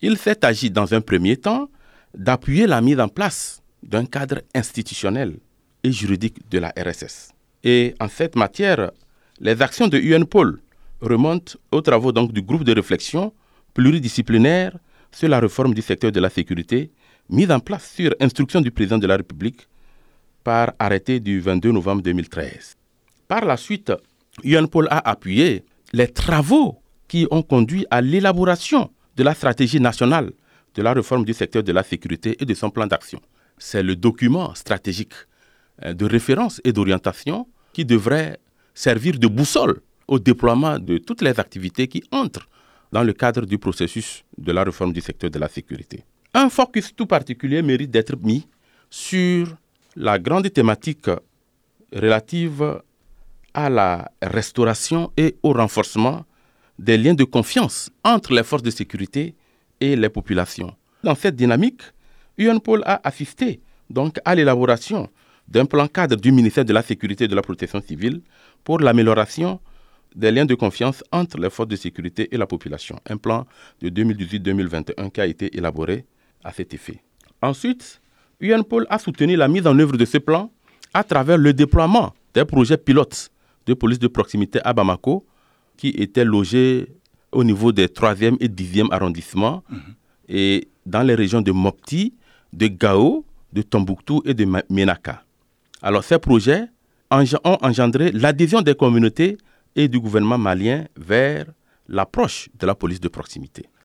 Il s'est agi dans un premier temps d'appuyer la mise en place d'un cadre institutionnel et juridique de la RSS. Et en cette matière, les actions de UNPOL remontent aux travaux donc du groupe de réflexion pluridisciplinaire sur la réforme du secteur de la sécurité, mise en place sur instruction du président de la République par arrêté du 22 novembre 2013. Par la suite, UNPOL a appuyé les travaux qui ont conduit à l'élaboration de la stratégie nationale de la réforme du secteur de la sécurité et de son plan d'action. C'est le document stratégique de référence et d'orientation qui devrait servir de boussole au déploiement de toutes les activités qui entrent dans le cadre du processus de la réforme du secteur de la sécurité. Un focus tout particulier mérite d'être mis sur la grande thématique relative à la restauration et au renforcement des liens de confiance entre les forces de sécurité et les populations. Dans cette dynamique, UNPOL a assisté donc à l'élaboration d'un plan cadre du ministère de la Sécurité et de la Protection civile pour l'amélioration des liens de confiance entre les forces de sécurité et la population. Un plan de 2018-2021 qui a été élaboré à cet effet. Ensuite, UNPOL a soutenu la mise en œuvre de ce plan à travers le déploiement des projets pilotes de police de proximité à Bamako qui étaient logés au niveau des 3e et 10e arrondissements et dans les régions de Mopti, de Gao, de Tombouctou et de Ménaka. Alors ces projets ont engendré l'adhésion des communautés et du gouvernement malien vers l'approche de la police de proximité.